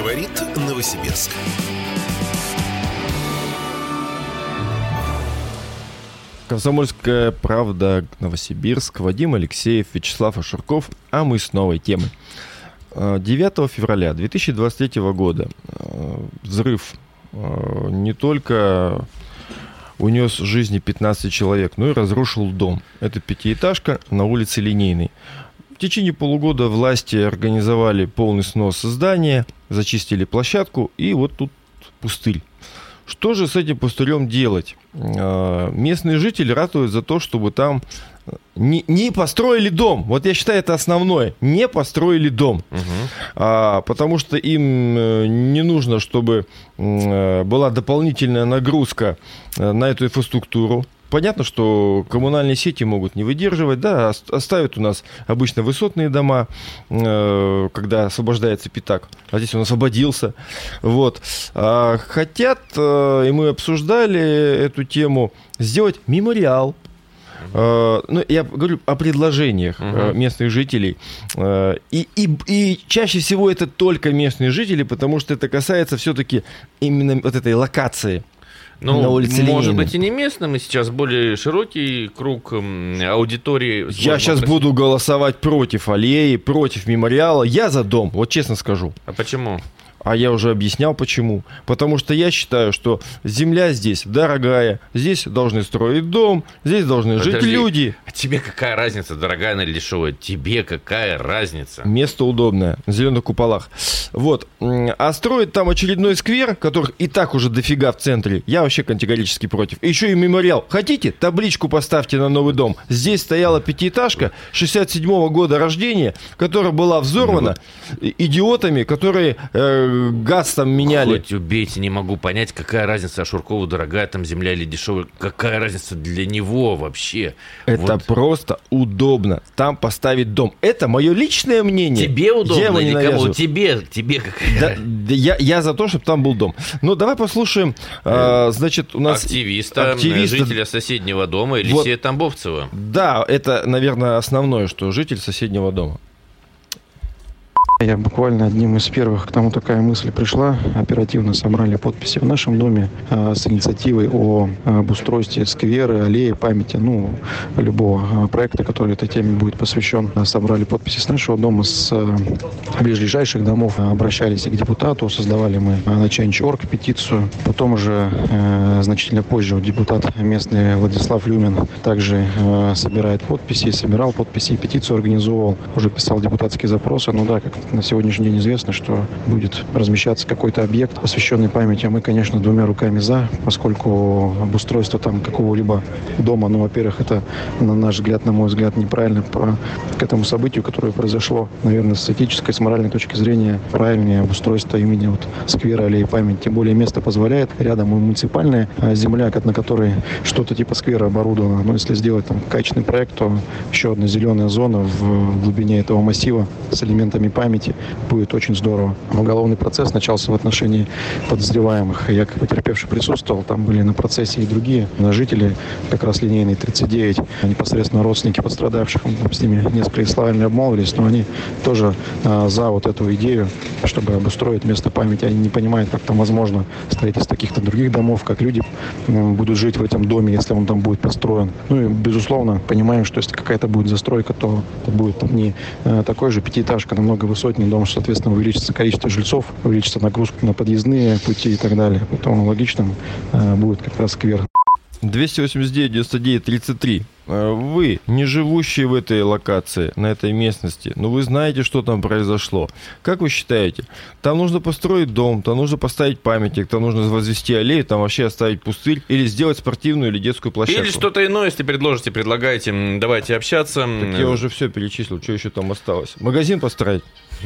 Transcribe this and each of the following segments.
Говорит Новосибирск. Комсомольская правда, Новосибирск, Вадим Алексеев, Вячеслав Ашурков, а мы с новой темы. 9 февраля 2023 года взрыв не только унес жизни 15 человек, но и разрушил дом. Это пятиэтажка на улице Линейной. В течение полугода власти организовали полный снос здания, зачистили площадку, и вот тут пустырь. Что же с этим пустырем делать? Местные жители ратуют за то, чтобы там не построили дом. Вот я считаю, это основное. Не построили дом. Потому что им не нужно, чтобы была дополнительная нагрузка на эту инфраструктуру. Понятно, что коммунальные сети могут не выдерживать, да, оставят у нас обычно высотные дома, когда освобождается пятак, а здесь он освободился. Вот. Хотят, и мы обсуждали эту тему, сделать мемориал. Ну, я говорю о предложениях местных жителей. И чаще всего это только местные жители, потому что это касается все-таки именно вот этой локации. Ну, на улице может быть, и не местным, и сейчас более широкий круг аудитории. Я сейчас буду голосовать против аллеи, против мемориала. Я за дом, вот честно скажу. А почему? А я уже объяснял, почему. Потому что я считаю, что земля здесь дорогая, здесь должны строить дом, здесь должны жить люди. А тебе какая разница, дорогая она или дешевая? Тебе какая разница? Место удобное, на зеленых куполах. Вот. А строить там очередной сквер, которых и так уже дофига в центре, я вообще категорически против. И еще и мемориал. Хотите, табличку поставьте на новый дом. Здесь стояла пятиэтажка 67-го года рождения, которая была взорвана идиотами, которые газ там меняли. Хоть убейте, не могу понять, какая разница Ашуркову, дорогая там земля или дешевая. Какая разница для него вообще? Это вот. Просто удобно там поставить дом. Это мое личное мнение. Тебе удобно или кому? Тебе какая? Да, я за то, чтобы там был дом. Ну, давай послушаем, значит, у нас... Активиста, жителя соседнего дома, Елисея вот. Тамбовцева. Да, это, наверное, основное, что житель соседнего дома. Я буквально одним из первых, к тому такая мысль пришла. Оперативно собрали подписи в нашем доме с инициативой о обустройстве сквера, аллеи памяти, ну, любого проекта, который этой теме будет посвящен. Собрали подписи с нашего дома, с ближайших домов. Обращались и к депутату, создавали мы на Change.org петицию. Потом уже значительно позже депутат местный Владислав Люмин также собирает подписи, собирал подписи, петицию организовывал, уже писал депутатские запросы. Ну да, как на сегодняшний день известно, что будет размещаться какой-то объект, посвященный памяти. Мы, конечно, двумя руками за, поскольку обустройство там какого-либо дома, ну, во-первых, это, на наш взгляд, на мой взгляд, неправильно к этому событию, которое произошло. Наверное, с этической, с моральной точки зрения, правильнее обустройство имени вот сквера, аллеи памяти. Тем более место позволяет. Рядом и муниципальная земля, на которой что-то типа сквера оборудовано. Но если сделать там качественный проект, то еще одна зеленая зона в глубине этого массива с элементами памяти будет очень здорово. Уголовный процесс начался в отношении подозреваемых. Я, как потерпевший, присутствовал. Там были на процессе и другие жители, как раз Линейной 39, непосредственно родственники пострадавших. С ними несколько словами обмолвились, но они тоже за вот эту идею, чтобы обустроить место памяти. Они не понимают, как там возможно строительство каких-то других домов, как люди будут жить в этом доме, если он там будет построен. Ну и, безусловно, понимаем, что если какая-то будет застройка, то это будет там не такой же пятиэтажка, намного высотнее дом, соответственно, увеличится количество жильцов, увеличится нагрузка на подъездные пути и так далее. Поэтому логичным будет как раз сквер. 289 99 33. Вы, не живущие в этой локации, на этой местности, но вы знаете, что там произошло. Как вы считаете, там нужно построить дом, там нужно поставить памятник, там нужно возвести аллею, там вообще оставить пустырь или сделать спортивную или детскую площадку? Или что-то иное, если предложите, предлагайте, давайте общаться. Так я уже все перечислил, что еще там осталось? Магазин построить?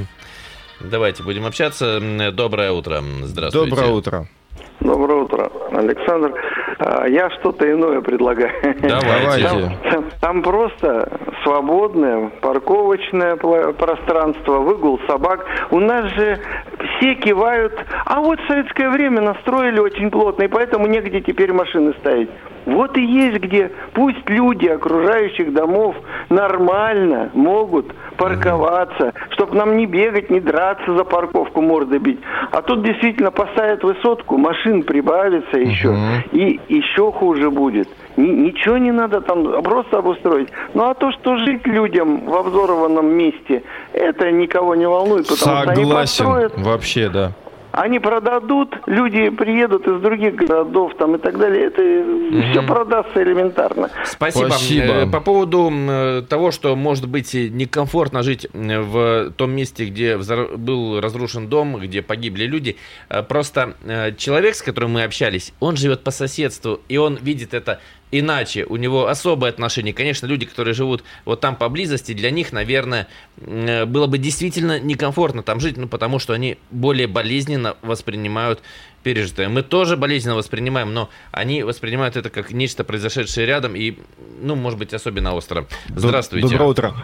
Давайте будем общаться. Доброе утро. Здравствуйте. Доброе утро. Доброе утро, Александр. Я что-то иное предлагаю. Давайте. Там просто свободное парковочное пространство, выгул собак. У нас же все кивают. А вот в советское время настроили очень плотно, и поэтому негде теперь машины ставить. Вот и есть где. Пусть люди окружающих домов нормально могут парковаться, чтобы нам не бегать, не драться за парковку, морды бить. А тут действительно поставят высотку, машин прибавится еще, и еще хуже будет. Ничего не надо там, просто обустроить. Ну а то, что жить людям в обзорованном месте, это никого не волнует, потому что они построят. Вообще, да. Они продадут, люди приедут из других городов там и так далее. Это все продастся элементарно. Спасибо. По поводу того, что может быть некомфортно жить в том месте, где был разрушен дом, где погибли люди. Просто человек, с которым мы общались, он живет по соседству, и он видит это иначе, у него особое отношение. Конечно, люди, которые живут вот там поблизости, для них, наверное, было бы действительно некомфортно там жить, потому что они более болезненно воспринимают пережитое. Мы тоже болезненно воспринимаем, но они воспринимают это как нечто, произошедшее рядом, и, может быть, особенно остро. Здравствуйте. Доброе утро.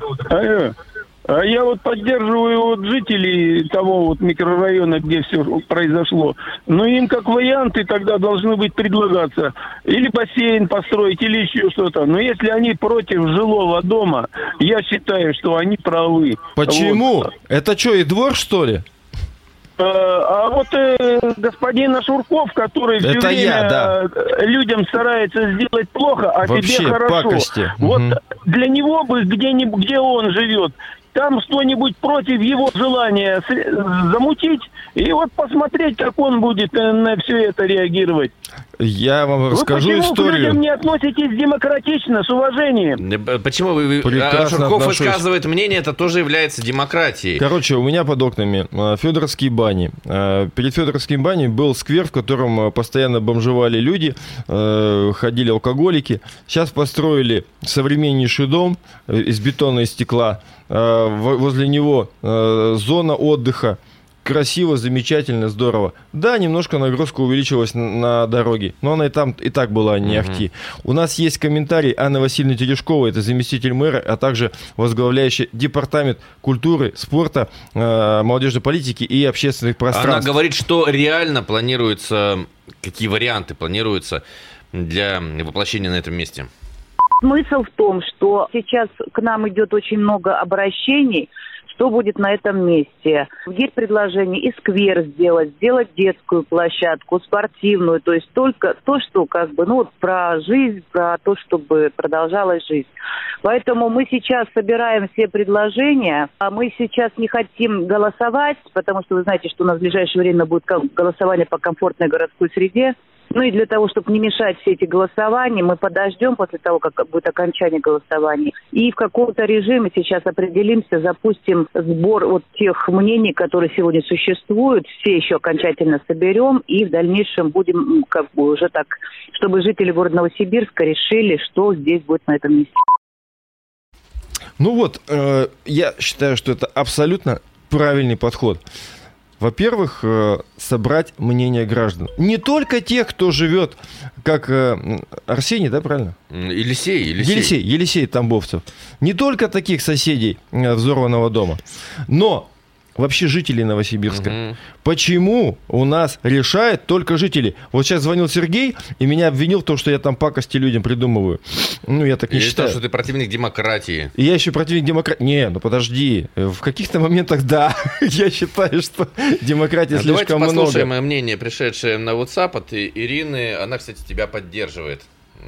А я вот поддерживаю жителей того микрорайона, где все произошло. Но им как варианты тогда должны быть предлагаться или бассейн построить, или еще что-то. Но если они против жилого дома, я считаю, что они правы. Почему? Это что, и двор, что ли? А вот господин Шурков, который все время людям старается сделать плохо, а вообще себе хорошо. Пакости. Вот для него бы где он живет, там что-нибудь против его желания замутить, и вот посмотреть, как он будет на все это реагировать. Я вам расскажу историю. Вы почему к людям не относитесь демократично, с уважением? Почему вы? Шурков высказывает мнение, это тоже является демократией. Короче, у меня под окнами Федоровские бани. Перед Федоровскими банями был сквер, в котором постоянно бомжевали люди, ходили алкоголики. Сейчас построили современнейший дом из бетона и стекла. Возле него зона отдыха. Красиво, замечательно, здорово. Да, немножко нагрузка увеличилась на дороге, но она и там и так была не ахти. У нас есть комментарий Анны Васильевны Терешковой, это заместитель мэра, а также возглавляющий департамент культуры, спорта, молодежной политики и общественных пространств. Она говорит, что реально планируется, какие варианты планируются для воплощения на этом месте. Смысл в том, что сейчас к нам идет очень много обращений, что будет на этом месте. Есть предложение и сквер сделать детскую площадку, спортивную, то есть только то, что про жизнь, про то, чтобы продолжалась жизнь. Поэтому мы сейчас собираем все предложения, а мы сейчас не хотим голосовать, потому что вы знаете, что у нас в ближайшее время будет голосование по комфортной городской среде. Ну и для того, чтобы не мешать все эти голосования, мы подождем после того, как будет окончание голосования. И в каком-то режиме сейчас определимся, запустим сбор тех мнений, которые сегодня существуют, все еще окончательно соберем и в дальнейшем будем уже так, чтобы жители города Новосибирска решили, что здесь будет на этом месте. Я считаю, что это абсолютно правильный подход. Во-первых, собрать мнение граждан. Не только тех, кто живет, как Арсений, да, правильно? Елисей Тамбовцев. Не только таких соседей взорванного дома, но вообще жителей Новосибирска. Почему у нас решают только жители? Вот сейчас звонил Сергей и меня обвинил в том, что я там пакости людям придумываю. Я так не считаю. Или то, что ты противник демократии. И я еще противник демократии. Подожди. В каких-то моментах, да, я считаю, что демократии слишком много. Давайте послушаем мнение, пришедшее на WhatsApp от Ирины. Она, кстати, тебя поддерживает.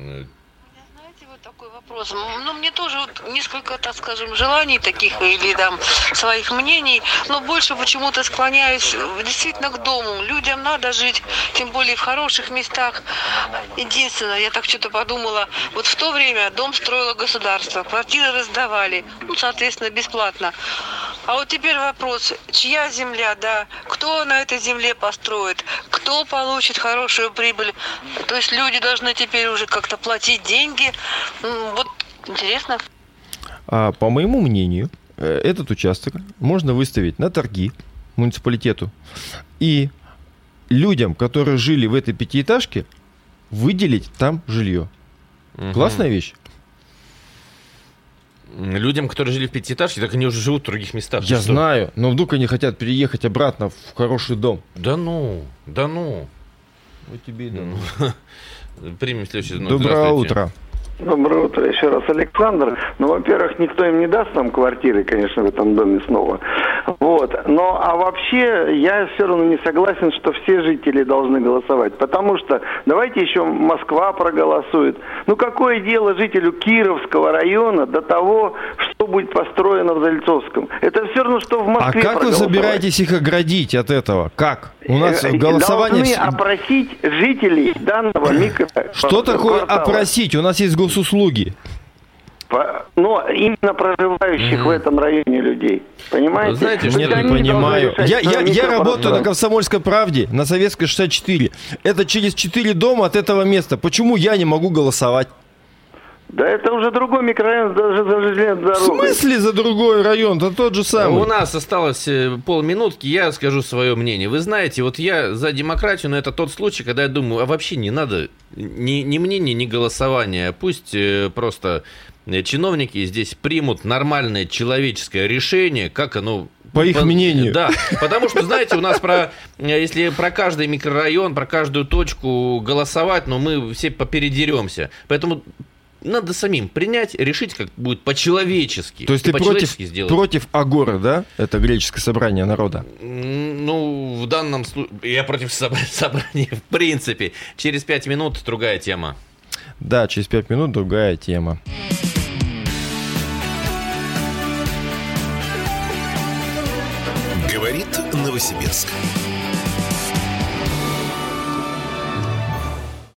Вопрос. Мне тоже несколько, так скажем, желаний таких или своих мнений, но больше почему-то склоняюсь действительно к дому. Людям надо жить, тем более в хороших местах. Единственное, я так что-то подумала, в то время дом строило государство, квартиры раздавали, соответственно, бесплатно. А теперь вопрос, чья земля, кто на этой земле построит, кто получит хорошую прибыль. То есть люди должны теперь уже как-то платить деньги. Интересно. По моему мнению, этот участок можно выставить на торги муниципалитету и людям, которые жили в этой пятиэтажке, выделить там жилье. Классная вещь. Людям, которые жили в пятиэтажке, так они уже живут в других местах. Я знаю, но вдруг они хотят переехать обратно в хороший дом. Да ну. Вот тебе и да ну. Примем следующий звонок. Доброе утро. Доброе утро еще раз, Александр. Ну, во-первых, никто им не даст нам квартиры, конечно, в этом доме снова. Вот. А вообще, я все равно не согласен, что все жители должны голосовать. Потому что, давайте еще Москва проголосует. Ну, какое дело жителю Кировского района до того, что будет построено в Зальцовском? Это все равно, что в Москве. А как вы собираетесь их оградить от этого? Как? У нас голосование... Должны опросить жителей данного микрорайона. Что такое опросить? У нас есть госуслуги. Но именно проживающих в этом районе людей. Понимаете? Знаете, нет, не понимаю. Я работаю на «Комсомольской правде», на Советской 64. Это через 4 дома от этого места. Почему я не могу голосовать? Да это уже другой микрорайон, даже за железной дорогой. В смысле за другой район? Это тот же самый. У нас осталось полминутки, я скажу свое мнение. Вы знаете, вот я за демократию, но это тот случай, когда я думаю, а вообще не надо ни мнения, ни голосования. Пусть просто чиновники здесь примут нормальное человеческое решение, как оно... По их мнению. Да, потому что, знаете, у нас если про каждый микрорайон, про каждую точку голосовать, но мы все попередеремся. Поэтому... Надо самим принять, решить, как будет по-человечески. То есть ты против агоры, да? Это греческое собрание народа? Ну, в данном случае... Я против собрания в принципе. Через 5 минут другая тема. Да, через 5 минут другая тема. Говорит Новосибирск.